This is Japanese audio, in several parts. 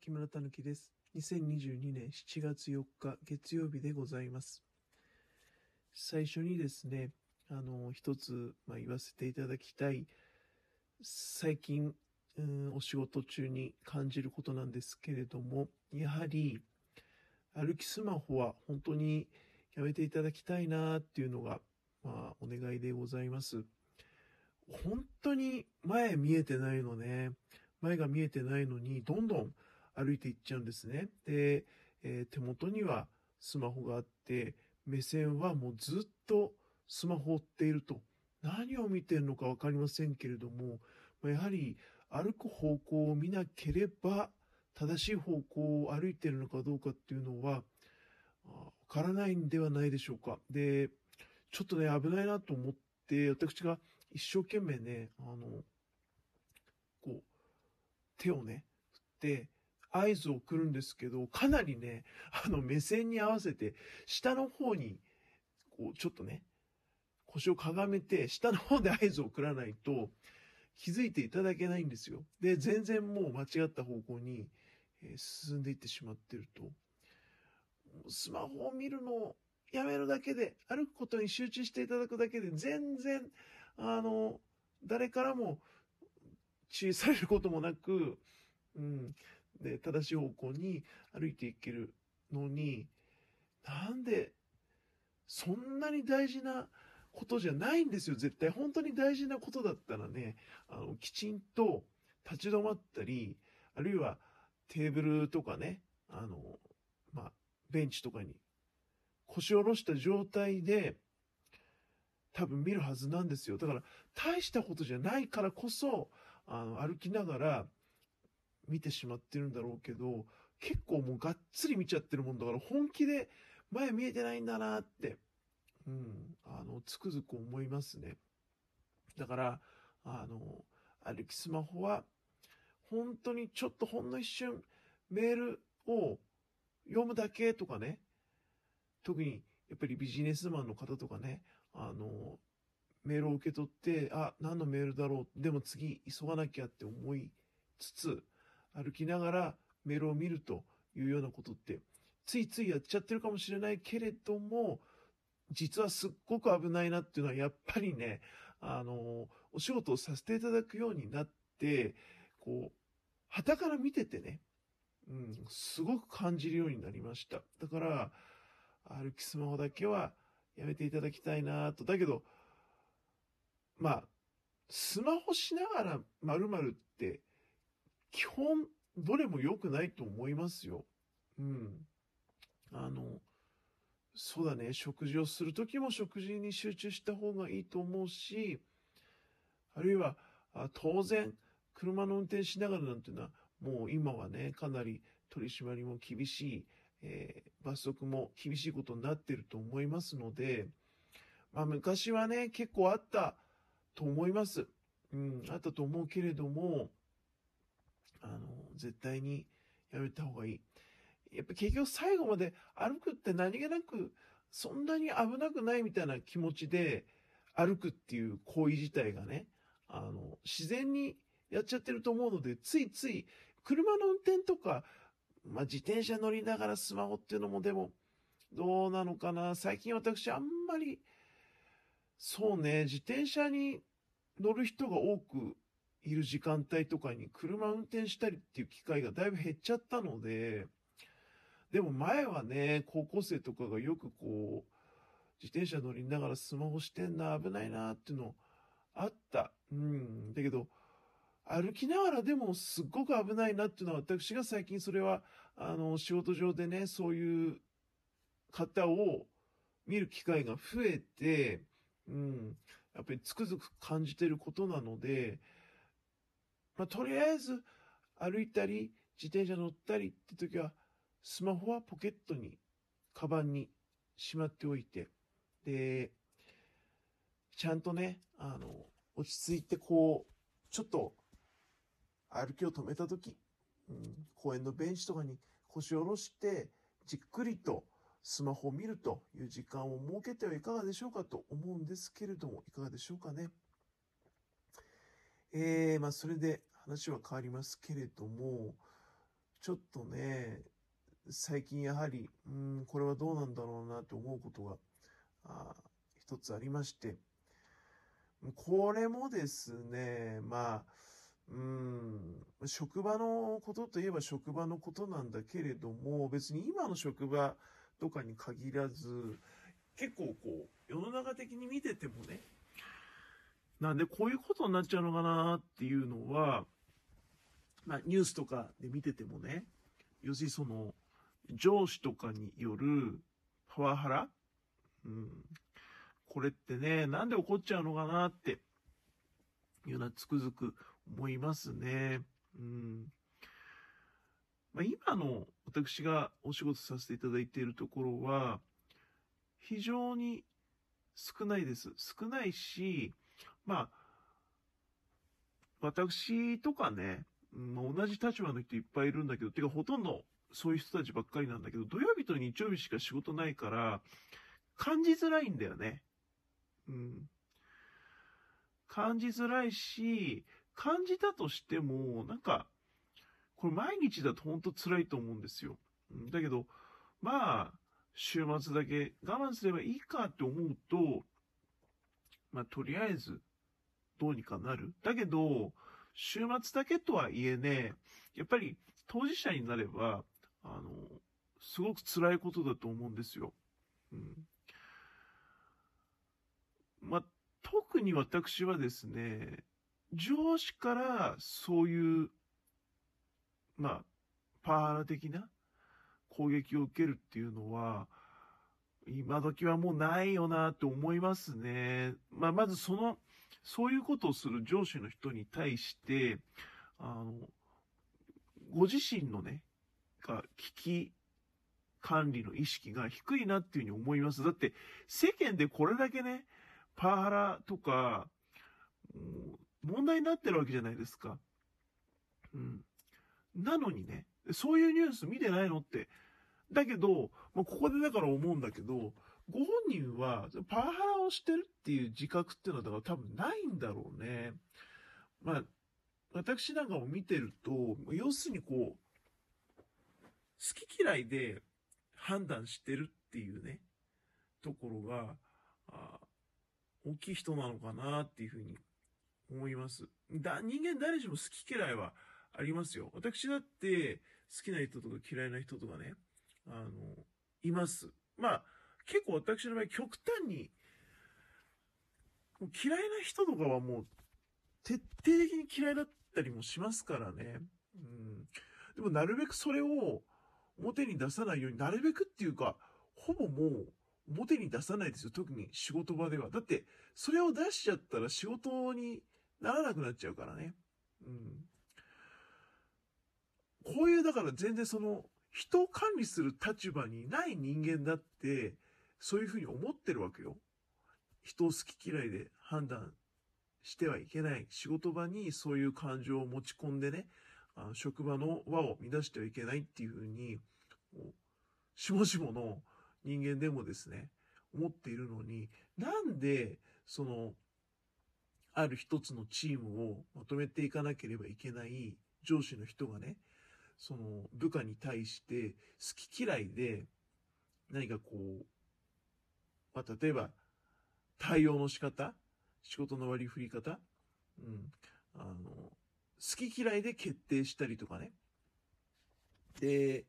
木村たぬきです。2022年7月4日月曜日でございます。最初にですね、一つ、言わせていただきたい、最近、お仕事中に感じることなんですけれども、やはり歩きスマホは本当にやめていただきたいなっていうのが、お願いでございます。本当に前見えてないのね。前が見えてないのに、どんどん歩いていっちゃうんですね。で、手元にはスマホがあって、目線はもうずっとスマホを追っていると。何を見てるのか分かりませんけれども、やはり歩く方向を見なければ、正しい方向を歩いているのかどうかっていうのは、わからないんではないでしょうか。で、ちょっとね、危ないなと思って、私が一生懸命ね、こう、手をね、振って合図を送るんですけど、かなりね、目線に合わせて、下の方に、ちょっとね、腰をかがめて、下の方で合図を送らないと、気づいていただけないんですよ。で、全然もう間違った方向に、進んでいってしまってると。スマホを見るのをやめるだけで、歩くことに集中していただくだけで、全然、誰からも注意されることもなく、で、正しい方向に歩いていけるのに、なんで、そんなに大事なことじゃないんですよ、絶対。本当に大事なことだったらね、きちんと立ち止まったり、あるいはテーブルとかね、ベンチとかに腰を下ろした状態で多分見るはずなんですよ。だから大したことじゃないからこそ、歩きながら見てしまってるんだろうけど、結構もうがっつり見ちゃってるもんだから、本気で前見えてないんだなって、つくづく思いますね。だから、歩きスマホは、本当にちょっとほんの一瞬、メールを読むだけとかね、特にやっぱりビジネスマンの方とかね、メールを受け取って、何のメールだろう、でも次急がなきゃって思いつつ、歩きながらメールを見るというようなことって、ついついやっちゃってるかもしれないけれども、実はすっごく危ないなっていうのはやっぱりね、お仕事をさせていただくようになって、傍から見ててね、すごく感じるようになりました。だから、歩きスマホだけはやめていただきたいなと。だけど、スマホしながら〇〇って、基本、どれも良くないと思いますよ。うん。そうだね、食事をするときも食事に集中した方がいいと思うし、あるいは、当然、車の運転しながらなんていうのは、もう今はね、かなり取り締まりも厳しい、罰則も厳しいことになっていると思いますので、昔はね、結構あったと思います。あったと思うけれども、絶対にやめた方がいい。やっぱ結局最後まで歩くって何気なく、そんなに危なくないみたいな気持ちで歩くっていう行為自体がね、自然にやっちゃってると思うので、ついつい車の運転とか、自転車乗りながらスマホっていうのもでも、どうなのかな。最近私あんまり、そうね、自転車に乗る人が多くいる時間帯とかに車運転したりっていう機会がだいぶ減っちゃったので、でも前はね、高校生とかがよく自転車乗りながらスマホしてんな、危ないなっていうのあった。だけど、歩きながらでもすっごく危ないなっていうのは、私が最近それは、仕事上でね、そういう方を見る機会が増えて、やっぱりつくづく感じてることなので、とりあえず歩いたり、自転車乗ったりって時は、スマホはポケットに、カバンにしまっておいて、で、ちゃんとね、落ち着いてちょっと歩きを止めた時、公園のベンチとかに腰を下ろして、じっくりとスマホを見るという時間を設けてはいかがでしょうかと思うんですけれども、いかがでしょうかね。それで話は変わりますけれども、 ちょっとね、最近やはり、これはどうなんだろうなと思うことが、一つありまして、これもですね、職場のことといえば職場のことなんだけれども、別に今の職場とかに限らず、結構世の中的に見ててもね、なんでこういうことになっちゃうのかなっていうのは、ニュースとかで見ててもね、要するに上司とかによるパワハラ、これってね、なんで起こっちゃうのかなっていうのはつくづく思いますね。今の私がお仕事させていただいているところは、非常に少ないです。少ないし、私とかね、同じ立場の人いっぱいいるんだけど、てかほとんどそういう人たちばっかりなんだけど、土曜日と日曜日しか仕事ないから、感じづらいんだよね。感じづらいし、感じたとしても、これ毎日だと本当辛いと思うんですよ。だけど、週末だけ我慢すればいいかって思うと、とりあえず、どうにかなる。だけど、週末だけとはいえね、やっぱり当事者になれば、すごく辛いことだと思うんですよ。特に私はですね、上司からそういう、パワハラ的な攻撃を受けるっていうのは、今時はもうないよなって思いますね。まずそういうことをする上司の人に対して、ご自身のね、危機管理の意識が低いなっていうふうに思います。だって世間でこれだけね、パワハラとか、問題になってるわけじゃないですか。なのにね、そういうニュース見てないのって。だけど、ここでだから思うんだけど、ご本人はパワハラをしてるっていう自覚っていうのはだから多分ないんだろうね。私なんかを見てると、要するに好き嫌いで判断してるっていうね、ところが、大きい人なのかなっていうふうに思います。人間誰しも好き嫌いはありますよ。私だって好きな人とか嫌いな人とかね、います。結構私の場合極端に、嫌いな人とかはもう徹底的に嫌いだったりもしますからね。でもなるべくそれを表に出さないように、なるべくっていうか、ほぼもう表に出さないですよ。特に仕事場では。だって、それを出しちゃったら仕事にならなくなっちゃうからね。こういう、だから全然人を管理する立場にない人間だって、そういうふうに思ってるわけよ。人を好き嫌いで判断してはいけない。仕事場にそういう感情を持ち込んでね、職場の輪を乱してはいけないっていうふうに、しもしもの人間でもですね、思っているのに、なんで、ある一つのチームをまとめていかなければいけない上司の人がね、部下に対して好き嫌いで何か例えば対応の仕方、仕事の割り振り方、好き嫌いで決定したりとかね。で、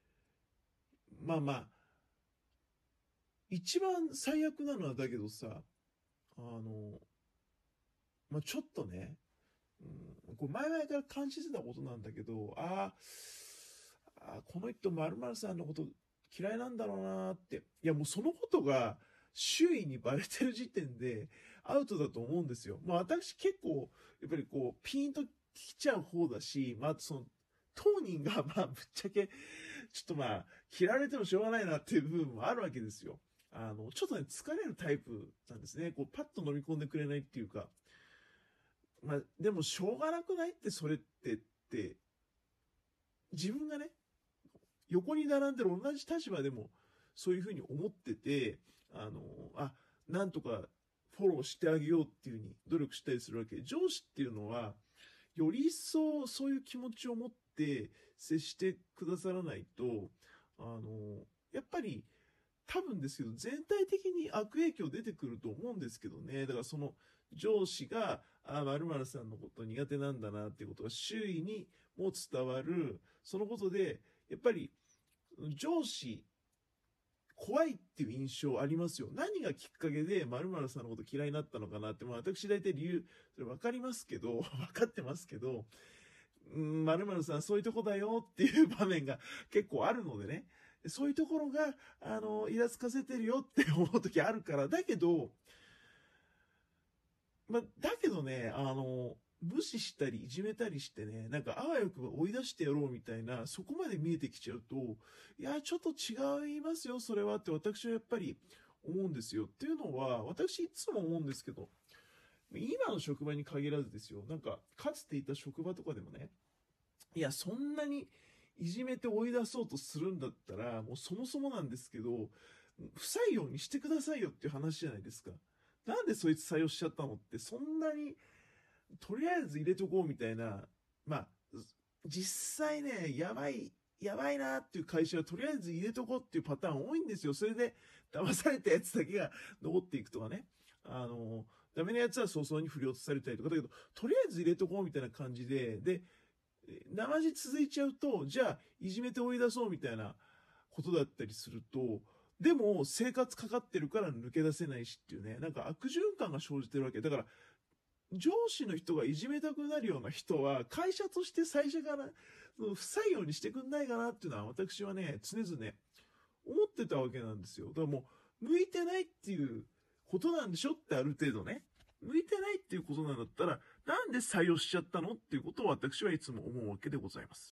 一番最悪なのはだけどさ、ちょっとね、これ前々から感じてたことなんだけど、この人〇〇さんのこと嫌いなんだろうなって。いやもうそのことが周囲にバレてる時点でアウトだと思うんですよ。私結構、やっぱりピンときちゃう方だし、当人がぶっちゃけ、ちょっと嫌われてもしょうがないなっていう部分もあるわけですよ。ちょっとね、疲れるタイプなんですね。パッと飲み込んでくれないっていうか。でもしょうがなくないってそれって、自分がね、横に並んでる同じ立場でもそういうふうに思ってて、なんとかフォローしてあげようっていうふうに努力したりするわけ。上司っていうのは、より一層そういう気持ちを持って接してくださらないと、やっぱり多分ですけど、全体的に悪影響出てくると思うんですけどね。だからその上司が、〇〇さんのこと苦手なんだなっていうことが周囲にも伝わる。そのことで、やっぱり上司、怖いっていう印象ありますよ。何がきっかけで〇〇さんのこと嫌いになったのかなって、私大体理由、それ分かりますけど、分かってますけど、〇〇さんそういうとこだよっていう場面が結構あるのでね。そういうところが、イラつかせてるよって思う時あるから。だけどね、無視したりいじめたりしてね、なんかあわよくば追い出してやろうみたいな、そこまで見えてきちゃうと、いや、ちょっと違いますよ、それはって私はやっぱり思うんですよ。っていうのは、私いつも思うんですけど、今の職場に限らずですよ。なんか、かつていた職場とかでもね、いや、そんなにいじめて追い出そうとするんだったら、もうそもそもなんですけど、不採用にしてくださいよっていう話じゃないですか。なんでそいつ採用しちゃったのって、そんなに、とりあえず入れとこうみたいな、まあ、実際ね、やばいなっていう会社はとりあえず入れとこうっていうパターン多いんですよ。それで騙されたやつだけが残っていくとかね。ダメなやつは早々に振り落とされたりとかだけど、とりあえず入れとこうみたいな感じで、生地続いちゃうと、じゃあ、いじめて追い出そうみたいなことだったりすると、でも生活かかってるから抜け出せないしっていうね、なんか悪循環が生じてるわけ。だから、上司の人がいじめたくなるような人は、会社として最初から不採用にしてくんないかなっていうのは、私はね、常々思ってたわけなんですよ。だからもう、向いてないっていうことなんでしょってある程度ね。向いてないっていうことなんだったら、なんで採用しちゃったのっていうことを私はいつも思うわけでございます。